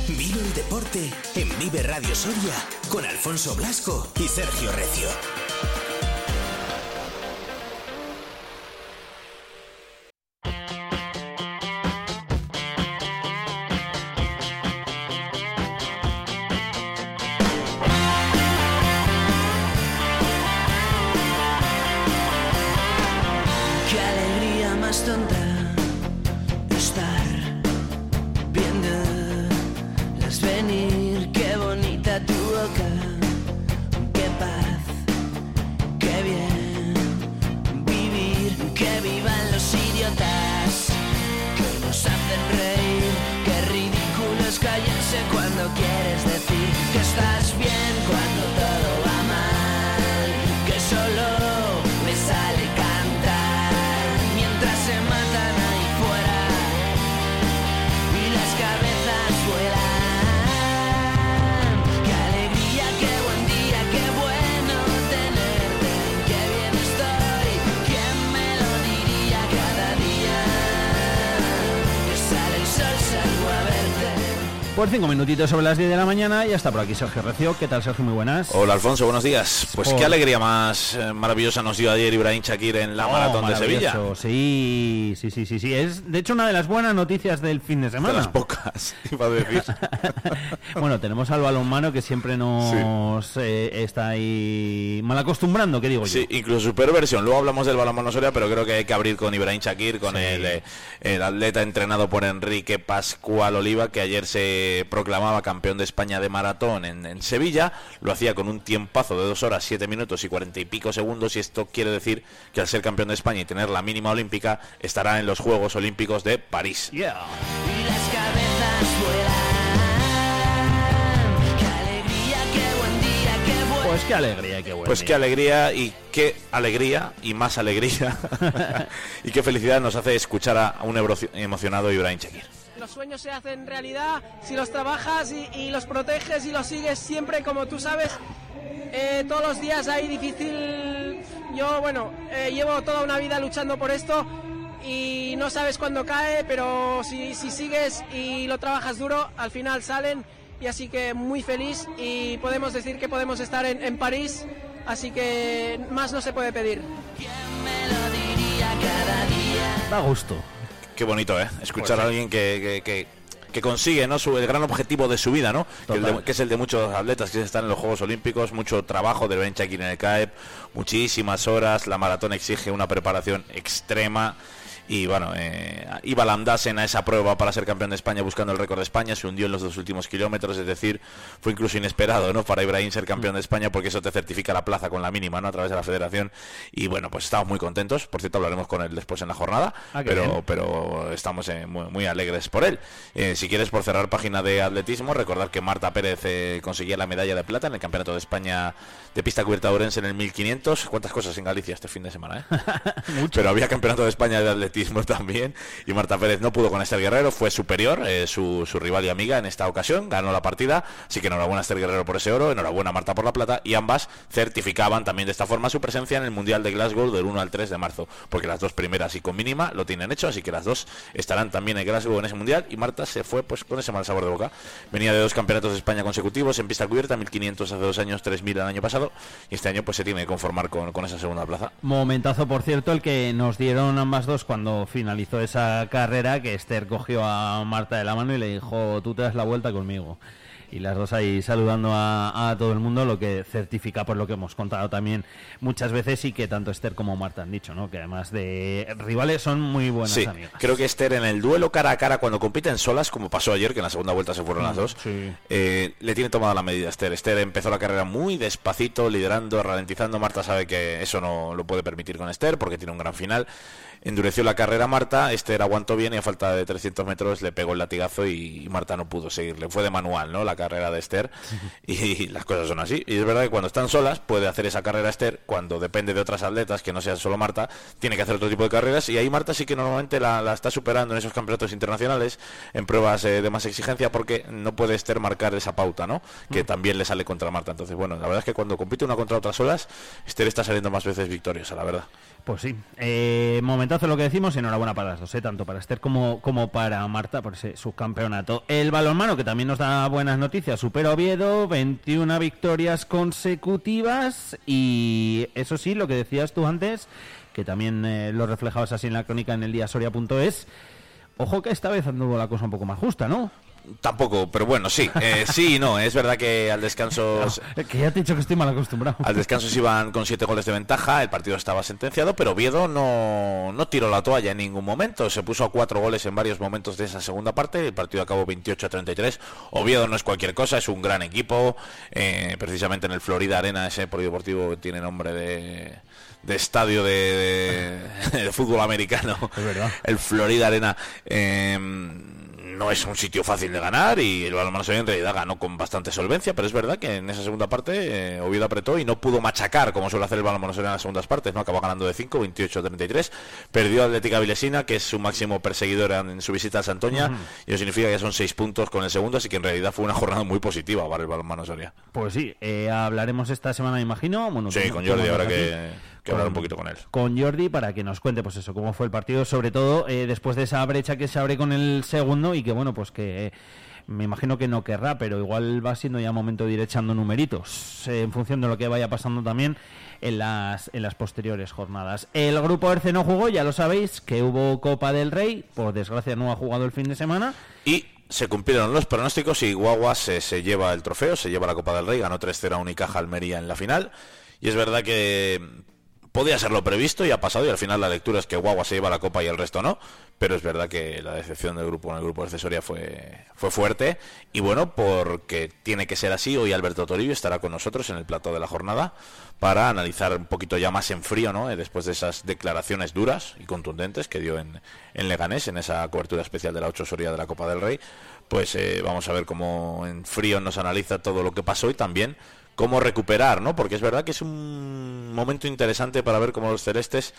Vive el deporte en Vive Radio Soria con Alfonso Blasco y Sergio Recio. Qué alegría más tonta estar viéndolas venir. Qué bonita tu boca, qué paz, qué bien vivir. Que vivan los idiotas que nos hacen reír. Qué ridículo es callarse cuando quieres decir que estás bien cuando todo va mal. Que solo me sale cantar mientras se mtan ahí fuera y las cabezas vuelan. Qué alegría, qué buen día, qué bueno tenerte. Qué bien estoy, ¿quién me lo diría? Cada día que sale el sol salgo a verte. Por 5 minutitos sobre las 10 de la mañana, ya está por aquí Sergio Recio. ¿Qué tal, Sergio? Muy buenas. Hola, Alfonso, buenos días. Pues qué alegría más maravillosa nos dio ayer Ibrahim Chakir en la maratón de Sevilla. Sí. Es, de hecho, una de las buenas noticias del fin de semana. De las pocas, iba a decir. Bueno, tenemos al balonmano que siempre nos está ahí mal acostumbrando, ¿qué digo yo? Sí, incluso su peor versión. Luego hablamos del balonmano Soria, pero creo que hay que abrir con Ibrahim Chakir, con el atleta entrenado por Enrique Pascual Oliva, que ayer se proclamaba campeón de España de maratón en Sevilla. Lo hacía con un tiempazo de 2 horas, 7 minutos y 40 y pico segundos, y esto quiere decir que al ser campeón de España y tener la mínima olímpica, estará en los Juegos Olímpicos de París. Y las cabezas vuelan. Qué alegría, qué buen día, qué buen. Pues qué alegría y qué buen Pues día. qué alegría y más alegría y qué felicidad nos hace escuchar a un emocionado Ibrahim Chakir. Los sueños se hacen realidad si los trabajas y los proteges y los sigues siempre, como tú sabes. Todos los días hay difícil. Yo, llevo toda una vida luchando por esto y no sabes cuándo cae, pero si sigues y lo trabajas duro, al final salen. Y así que muy feliz, y podemos decir que podemos estar en París, así que más no se puede pedir. ¿Quién me lo diría? Cada día. Da gusto. Qué bonito, escuchar a alguien que consigue, ¿no?, el gran objetivo de su vida, ¿no? Que es el de muchos atletas que están en los Juegos Olímpicos. Mucho trabajo de Ibrahim Chakir en el CAEP, muchísimas horas. La maratón exige una preparación extrema. Y bueno, iba Landasen a esa prueba para ser campeón de España buscando el récord de España, se hundió en los 2 últimos kilómetros, es decir, fue incluso inesperado, ¿no?, para Ibrahim ser campeón de España, porque eso te certifica la plaza con la mínima, ¿no?, a través de la federación. Y bueno, pues estamos muy contentos. Por cierto, hablaremos con él después en la jornada, pero estamos muy, muy alegres por él. Si quieres, por cerrar página de atletismo, recordar que Marta Pérez conseguía la medalla de plata en el Campeonato de España de pista cubierta de Ourense en el 1500. ¿Cuántas cosas en Galicia este fin de semana, Pero había Campeonato de España de atletismo también, y Marta Pérez no pudo con Esther Guerrero, fue superior, su rival y amiga en esta ocasión, ganó la partida, así que enhorabuena a Esther Guerrero por ese oro, enhorabuena a Marta por la plata, y ambas certificaban también de esta forma su presencia en el Mundial de Glasgow del 1 al 3 de marzo, porque las dos primeras y con mínima lo tienen hecho, así que las dos estarán también en Glasgow en ese Mundial, y Marta se fue pues con ese mal sabor de boca. Venía de 2 campeonatos de España consecutivos en pista cubierta, 1500 hace 2 años, 3000 el año pasado, y este año pues se tiene que conformar con esa segunda plaza. Momentazo, por cierto, el que nos dieron ambas dos cuando finalizó esa carrera, que Esther cogió a Marta de la mano y le dijo: tú te das la vuelta conmigo. Y las dos ahí saludando a todo el mundo, lo que certifica por lo que hemos contado también muchas veces, y que tanto Esther como Marta han dicho, ¿no?, que además de rivales son muy buenas amigas. Creo que Esther en el duelo cara a cara, cuando compiten solas, como pasó ayer, que en la segunda vuelta se fueron las dos, le tiene tomada la medida a Esther. Esther empezó la carrera muy despacito, liderando, ralentizando. Marta sabe que eso no lo puede permitir con Esther, porque tiene un gran final. Endureció la carrera Marta, Esther aguantó bien y a falta de 300 metros le pegó el latigazo y Marta no pudo seguirle. Fue de manual, ¿no?, la carrera de Esther, y las cosas son así. Y es verdad que cuando están solas puede hacer esa carrera Esther, cuando depende de otras atletas que no sean solo Marta, tiene que hacer otro tipo de carreras, y ahí Marta sí que normalmente la está superando en esos campeonatos internacionales, en pruebas de más exigencia, porque no puede Esther marcar esa pauta, ¿no?, que también le sale contra Marta. Entonces, bueno, la verdad es que cuando compite una contra otra solas, Esther está saliendo más veces victoriosa, la verdad. Pues sí, momento ambientazo lo que decimos, enhorabuena para las dos, tanto para Esther como para Marta por ese subcampeonato. El balonmano, que también nos da buenas noticias, supera Oviedo, 21 victorias consecutivas, y eso sí, lo que decías tú antes, que también lo reflejabas así en la crónica en el diasoria.es, ojo que esta vez anduvo la cosa un poco más justa, ¿no? Tampoco, pero bueno, sí. Sí y no. Es verdad que al descanso... No, que ya te he dicho que estoy mal acostumbrado. Al descanso se iban con 7 goles de ventaja. El partido estaba sentenciado, pero Oviedo no tiró la toalla en ningún momento. Se puso a 4 goles en varios momentos de esa segunda parte. El partido acabó 28-33. Oviedo no es cualquier cosa, es un gran equipo. Precisamente en el Florida Arena, ese polideportivo que tiene nombre de estadio de fútbol americano. Es verdad. El Florida Arena... no es un sitio fácil de ganar, y el balonmano en realidad ganó con bastante solvencia, pero es verdad que en esa segunda parte Oviedo apretó y no pudo machacar como suele hacer el balonmano en las segundas partes, ¿no? Acabó ganando de 5, 28-33, perdió Atlética Vilesina, que es su máximo perseguidor en su visita a Santoña, y eso significa que ya son 6 puntos con el segundo, así que en realidad fue una jornada muy positiva para el balonmano Soria. Pues sí, hablaremos esta semana, me imagino. Bueno, sí, con Jordi, ahora que hablar un poquito con él. Con Jordi, para que nos cuente, pues eso, cómo fue el partido, sobre todo después de esa brecha que se abre con el segundo, y que bueno, pues que me imagino que no querrá, pero igual va siendo ya momento de ir echando numeritos en función de lo que vaya pasando también en las posteriores jornadas. El grupo ERCE no jugó, ya lo sabéis, que hubo Copa del Rey, por desgracia no ha jugado el fin de semana. Y se cumplieron los pronósticos y Guaguas se lleva el trofeo, se lleva la Copa del Rey, ganó 3-0 a Unicaja Almería en la final, y es verdad que podía ser lo previsto y ha pasado, y al final la lectura es que Guagua se lleva la copa y el resto no, pero es verdad que la decepción del grupo en el grupo de Soria fue fuerte, y bueno, porque tiene que ser así, hoy Alberto Toribio estará con nosotros en el plató de la jornada para analizar un poquito ya más en frío, ¿no? Después de esas declaraciones duras y contundentes que dio en Leganés, en esa cobertura especial de la 8 Soria de la Copa del Rey, pues vamos a ver cómo en frío nos analiza todo lo que pasó y también cómo recuperar, ¿no? Porque es verdad que es un momento interesante para ver cómo los celestes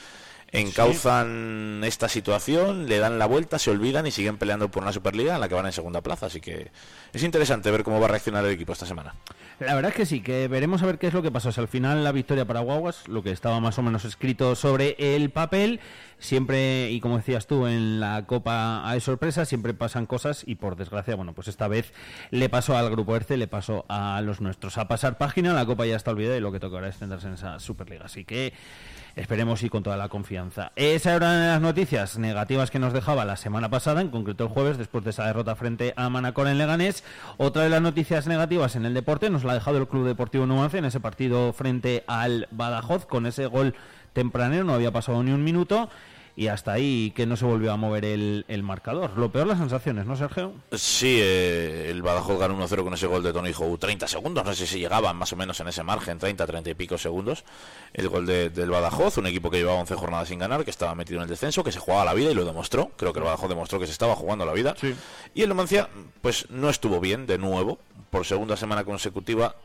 encauzan esta situación, le dan la vuelta, se olvidan y siguen peleando por una Superliga en la que van en segunda plaza, así que es interesante ver cómo va a reaccionar el equipo esta semana. La verdad es que sí, que veremos a ver qué es lo que pasa. O sea, al final la victoria para Guaguas, lo que estaba más o menos escrito sobre el papel, siempre, y como decías tú, en la Copa hay sorpresas, siempre pasan cosas, y por desgracia, bueno, pues esta vez le pasó al grupo ERCE, le pasó a los nuestros. A pasar página, la Copa ya está olvidada y lo que toca ahora es centrarse en esa Superliga, así que esperemos y con toda la confianza. Esa era una de las noticias negativas que nos dejaba la semana pasada, en concreto el jueves, después de esa derrota frente a Manacor en Leganés. Otra de las noticias negativas en el deporte nos la ha dejado el Club Deportivo Numancia en ese partido frente al Badajoz, con ese gol tempranero, no había pasado ni un minuto, y hasta ahí que no se volvió a mover el marcador. Lo peor, las sensaciones, ¿no, Sergio? Sí, el Badajoz ganó 1-0 con ese gol de Tony Jou, 30 segundos, no sé si llegaban más o menos en ese margen, 30 y pico segundos, el gol del Badajoz, un equipo que llevaba 11 jornadas sin ganar, que estaba metido en el descenso, que se jugaba la vida y lo demostró. Creo que el Badajoz demostró que se estaba jugando la vida, sí. Y el Numancia pues no estuvo bien de nuevo, por segunda semana consecutiva,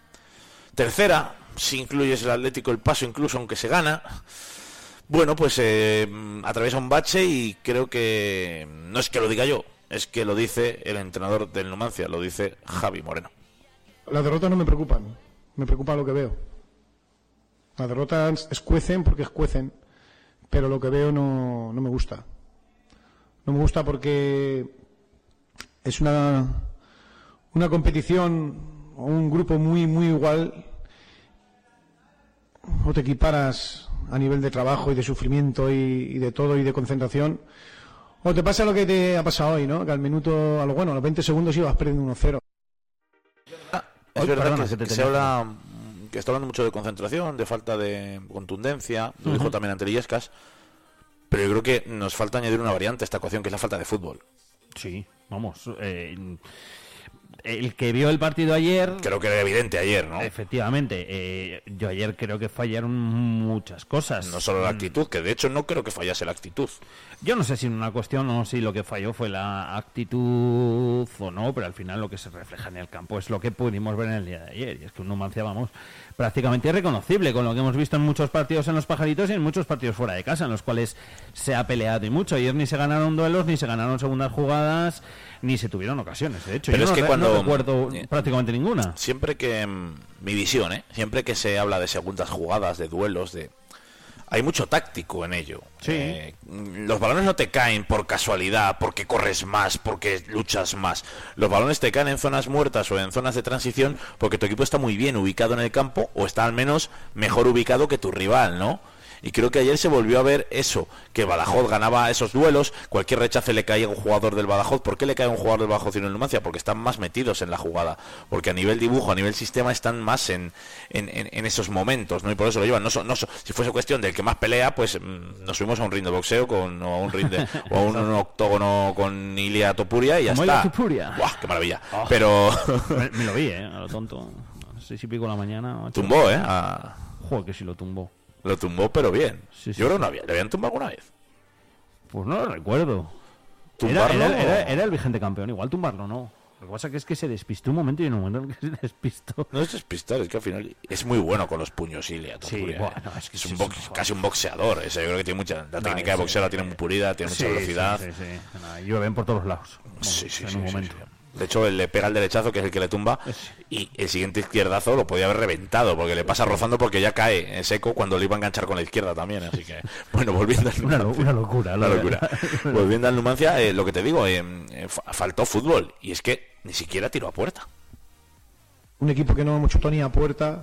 tercera, si incluyes el Atlético, el Paso incluso, aunque se gana. Bueno, pues atraviesa un bache, y creo que no es que lo diga yo, es que lo dice el entrenador del Numancia, lo dice Javi Moreno. Las derrotas no me preocupan, me preocupa lo que veo. Las derrotas escuecen porque escuecen, pero lo que veo no me gusta. No me gusta porque es una competición o un grupo muy igual, o te equiparas a nivel de trabajo y de sufrimiento y de todo y de concentración, o te pasa lo que te ha pasado hoy, ¿no? Que al minuto, a los 20 segundos ibas perdiendo 1-0. Es verdad que se habla, que está hablando mucho de concentración, de falta de contundencia, lo dijo también ante Illescas, pero yo creo que nos falta añadir una variante a esta ecuación, que es la falta de fútbol. Sí, vamos, el que vio el partido ayer... Creo que era evidente ayer, ¿no? Efectivamente. Yo ayer creo que fallaron muchas cosas. No solo la actitud, que de hecho no creo que fallase la actitud. Yo no sé si en una cuestión o si lo que falló fue la actitud o no, pero al final lo que se refleja en el campo es lo que pudimos ver en el día de ayer. Y es que un Numancia, vamos, prácticamente irreconocible, con lo que hemos visto en muchos partidos en los Pajaritos y en muchos partidos fuera de casa, en los cuales se ha peleado y mucho. Ayer ni se ganaron duelos, ni se ganaron segundas jugadas, ni se tuvieron ocasiones, de hecho. Pero yo es que cuando no recuerdo prácticamente ninguna. Siempre que, mi visión, siempre que se habla de segundas jugadas, de duelos, hay mucho táctico en ello. Sí. Los balones no te caen por casualidad, porque corres más, porque luchas más. Los balones te caen en zonas muertas o en zonas de transición porque tu equipo está muy bien ubicado en el campo o está al menos mejor ubicado que tu rival, ¿no? Y creo que ayer se volvió a ver eso, que Badajoz ganaba esos duelos, cualquier rechace le caía a un jugador del Badajoz. ¿Por qué le cae a un jugador del Badajoz y no el Numancia? Porque están más metidos en la jugada, porque a nivel dibujo, a nivel sistema están más en esos momentos, ¿no? Y por eso lo llevan. Si fuese cuestión del que más pelea, pues nos subimos a un ring de boxeo o a un octógono con Ilia Topuria y ya está. Topuria. ¡Buah, qué maravilla! Pero me lo vi, a lo tonto. 6:00 de la mañana. 8. Tumbó, Joder, que sí lo tumbó. Lo tumbó, pero bien. Sí, Yo creo que ¿le habían tumbado alguna vez? Pues no lo recuerdo. ¿Tumbarlo? Era el vigente campeón, igual tumbarlo no. Lo que pasa es que se despistó un momento y en un momento en que se despistó. No es despistar, es que al final es muy bueno con los puños, Ilia Topuria. Sí, bueno, es que casi un boxeador. Yo creo que tiene la técnica de boxeo la tiene muy pulida, tiene mucha velocidad. Sí. Llueven por todos lados. En un momento. Sí. De hecho, le pega el derechazo, que es el que le tumba, y el siguiente izquierdazo lo podía haber reventado, porque le pasa rozando porque ya cae en seco cuando le iba a enganchar con la izquierda también. Así que, bueno, volviendo al Numancia. Una locura. Volviendo al Numancia, lo que te digo, faltó fútbol, y es que ni siquiera tiró a puerta. Un equipo que no chutó ni a puerta,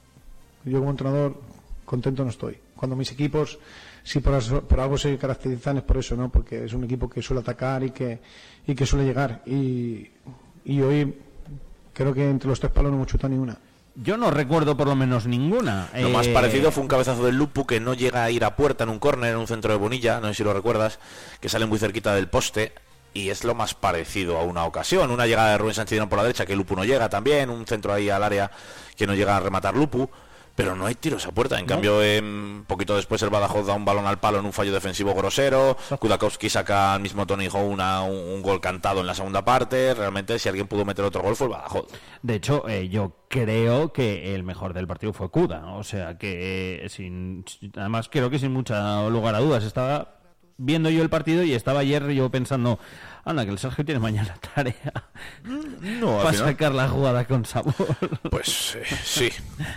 yo como entrenador contento no estoy. Cuando mis equipos, si por algo se caracterizan es por eso, ¿no? Porque es un equipo que suele atacar y que suele llegar. Y hoy creo que entre los 3 palos no hemos chutado ni una. Yo no recuerdo por lo menos ninguna. Lo más parecido fue un cabezazo del Lupu que no llega a ir a puerta en un córner, en un centro de Bonilla, no sé si lo recuerdas, que sale muy cerquita del poste. Y es lo más parecido a una ocasión. Una llegada de Rubén Sánchez por la derecha, que Lupu no llega también. Un centro ahí al área que no llega a rematar Lupu. Pero no hay tiros a puerta. En cambio, poquito después el Badajoz da un balón al palo en un fallo defensivo grosero. Kudakowski saca al mismo Tony Howe un gol cantado en la segunda parte. Realmente, si alguien pudo meter otro gol fue el Badajoz. De hecho, yo creo que el mejor del partido fue Kuda. O sea que, además, creo que sin mucha lugar a dudas. Estaba viendo yo el partido y estaba ayer yo pensando, anda, que el Sergio tiene mañana tarea para sacar la jugada con sabor. Pues sí.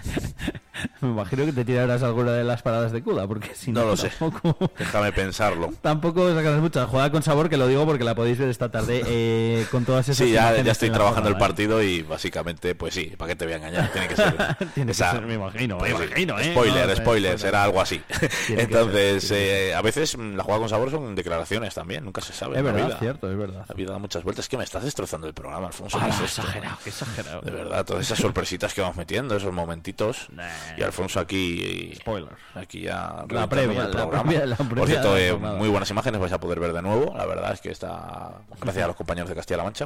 Me imagino que te tirarás alguna de las paradas de Kuda, porque si no, lo sé. Déjame pensarlo. Tampoco sacarás mucha jugada con sabor, que lo digo porque la podéis ver esta tarde con todas esas. Sí, ya estoy trabajando el partido y básicamente, pues sí, ¿para qué te voy a engañar? Tiene que ser. Tiene que ser, me imagino. Spoiler, será algo así. Entonces, a veces la jugada con sabor son declaraciones también, nunca se sabe. Es verdad, cierto, es verdad. La vida da muchas vueltas. Es que me estás destrozando el programa, Alfonso. Qué exagerado. De verdad, todas esas sorpresitas que vamos metiendo, esos momentitos. Y Alfonso aquí. Spoiler. Aquí ya. La previa. Por cierto, muy buenas imágenes vais a poder ver de nuevo. La verdad es que está. Gracias a los compañeros de Castilla-La Mancha,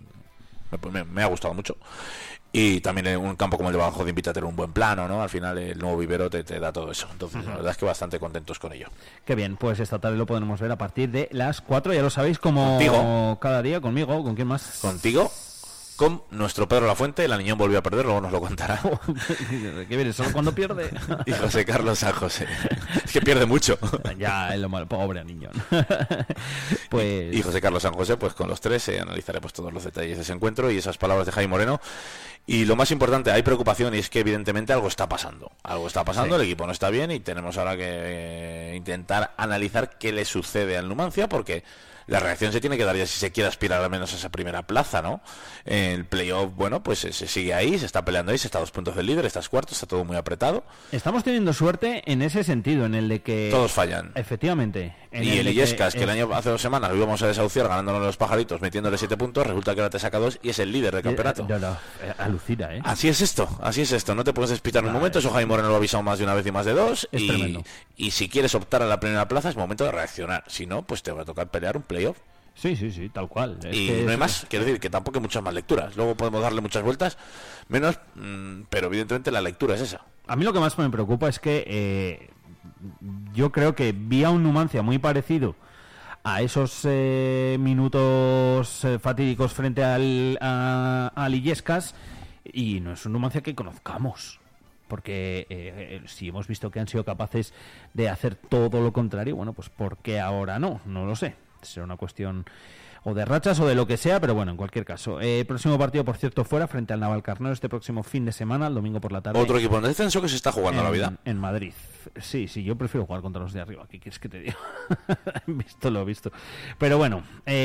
me ha gustado mucho. Y también en un campo como el de Badajoz invita a tener un buen plano, ¿no? Al final el nuevo vivero te da todo eso. Entonces, la verdad es que bastante contentos con ello. Qué bien, pues esta tarde lo podremos ver a partir de las 4, ya lo sabéis, como contigo. Cada día, conmigo, ¿con quién más? Contigo, con nuestro Pedro Lafuente. El Aniñón volvió a perder, luego nos lo contará. ¿Qué viene? ¿Solo cuando pierde? Y José Carlos San José. Es que pierde mucho. Ya, es lo malo, pobre Aniñón. Pues... Y José Carlos San José, pues con los tres analizaremos todos los detalles de ese encuentro y esas palabras de Jaime Moreno. Y lo más importante, hay preocupación y es que evidentemente algo está pasando. Sí. El equipo no está bien y tenemos ahora que intentar analizar qué le sucede al Numancia, porque la reacción se tiene que dar ya si se quiere aspirar al menos a esa primera plaza, ¿no? El playoff, bueno, pues se sigue ahí, se está peleando ahí, se está a 2 puntos del líder, estás cuarto, está todo muy apretado. Estamos teniendo suerte en ese sentido, en el de que... Todos fallan. Efectivamente. Y el Illescas, que hace 2 semanas lo íbamos a desahuciar ganándonos los pajaritos, metiéndole 7 puntos, resulta que ahora te saca 2 y es el líder del campeonato. Alucina, ¿eh? Así es esto, no te puedes despitar en un momento, eso Jaime Moreno lo ha avisado más de una vez y más de 2. Y si quieres optar a la primera plaza es momento de reaccionar, si no, pues te va a tocar pelear un playoff. Sí, tal cual. Y no hay más, quiero decir que tampoco hay muchas más lecturas. Luego podemos darle muchas vueltas, menos, pero evidentemente la lectura es esa. A mí lo que más me preocupa es que yo creo que vi a un Numancia muy parecido a esos minutos fatídicos frente al Illescas, y no es un Numancia que conozcamos. Porque si hemos visto que han sido capaces de hacer todo lo contrario, bueno, pues ¿por qué ahora no? No lo sé. Será una cuestión o de rachas o de lo que sea, pero bueno, en cualquier caso. El próximo partido, por cierto, fuera frente al Navalcarnero este próximo fin de semana, el domingo por la tarde. Otro equipo en descenso que se está jugando la vida. En Madrid. Sí, yo prefiero jugar contra los de arriba. ¿Qué quieres que te diga? Visto lo visto. Pero bueno,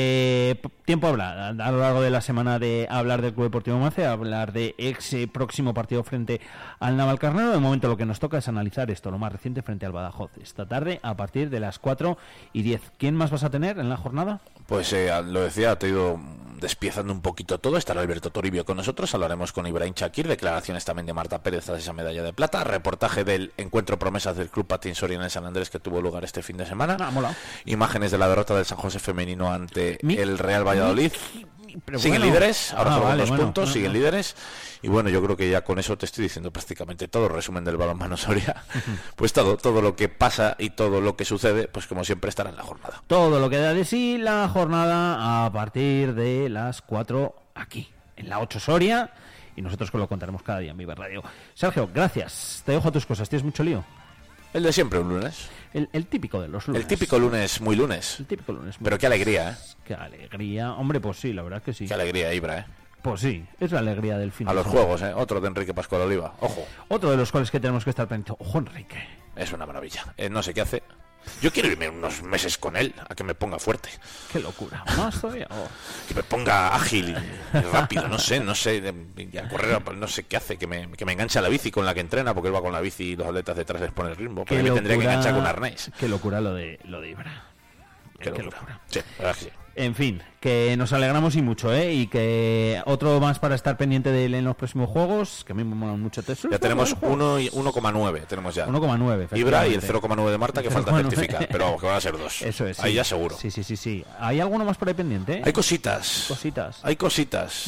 tiempo habla a lo largo de la semana de hablar del Club Deportivo Numancia, hablar de próximo partido frente al Navalcarnero. De momento lo que nos toca es analizar esto, lo más reciente frente al Badajoz. Esta tarde a partir de las 4:10. ¿Quién más vas a tener en la jornada? Pues lo decía, te he ido despiezando un poquito todo. Estará Alberto Toribio con nosotros, hablaremos con Ibrahim Chakir, declaraciones también de Marta Pérez tras esa medalla de plata, reportaje del encuentro promesas del Club Patín Soria en el San Andrés que tuvo lugar este fin de semana, imágenes de la derrota del San José femenino ante el Real Valladolid. Siguen líderes, ahora solo 2 puntos, siguen líderes. Y bueno, yo creo que ya con eso te estoy diciendo prácticamente todo, resumen del balonmano Soria. Pues todo lo que pasa y todo lo que sucede, pues como siempre estará en la jornada. Todo lo que da de sí la jornada a partir de las 4 aquí, en la 8 Soria, y nosotros que lo contaremos cada día en Viva Radio. Sergio, gracias. Te dejo a tus cosas, ¿tienes mucho lío? El de siempre, un lunes. El típico de los lunes. El típico lunes, muy lunes. El típico lunes. Pero qué alegría, ¿eh? Qué alegría. Hombre, pues sí, la verdad es que sí. Qué alegría, Ibra, ¿eh? Pues sí, es la alegría del fin. A los juegos, ¿eh? Otro de Enrique Pascual Oliva. Ojo. Otro de los cuales que tenemos que estar pendientes. Ojo, Enrique. Es una maravilla. No sé qué hace. Yo quiero irme unos meses con él, a que me ponga fuerte. Qué locura. ¿Más todavía? Oh. Que me ponga ágil y rápido, no sé, y a correr, no sé qué hace, que me enganche a la bici con la que entrena, porque él va con la bici y los atletas detrás les pone el ritmo. Pero a mí me tendría que enganchar con un arnés. Qué locura lo de Ibra. Qué locura. Sí, la verdad que sí. En fin, que nos alegramos y mucho, ¿eh? Y que otro más para estar pendiente de él en los próximos juegos, que a mí me mola mucho. Ya tenemos 1,9, tenemos ya. 1,9. Ibra y el 0,9 de Marta, que falta certificar, pero vamos, que van a ser 2. Eso es. Ahí sí. ya seguro. Sí. ¿Hay alguno más por ahí pendiente? Hay cositas. Hay cositas.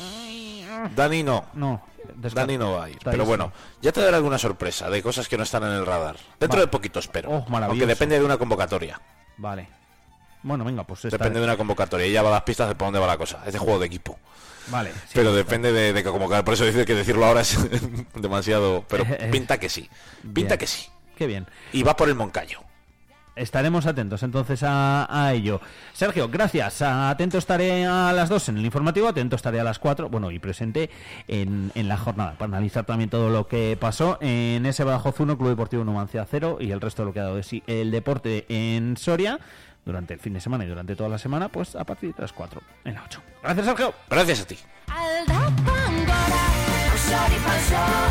Dani no. Dani no va a ir. Pero bueno, ya te daré alguna sorpresa de cosas que no están en el radar. Dentro de poquito espero. Aunque depende de una convocatoria. Vale. Bueno, venga, pues depende de una convocatoria. Y ya va a las pistas de por dónde va la cosa. Es de juego de equipo. Vale. Sí, pero depende de que convocar. Por eso dice que decirlo ahora es demasiado. Pero pinta que sí. Pinta que sí. Qué bien. Y va por el Moncayo. Estaremos atentos entonces a ello. Sergio, gracias. Atento estaré a las 2 en el informativo, atento estaré a las 4, bueno, y presente en la jornada, para analizar también todo lo que pasó en ese Badajoz 1, Club Deportivo Numancia 0, y el resto de lo que ha dado de sí el deporte en Soria durante el fin de semana y durante toda la semana, pues a partir de las 4 en la 8. Gracias, Sergio. Gracias a ti.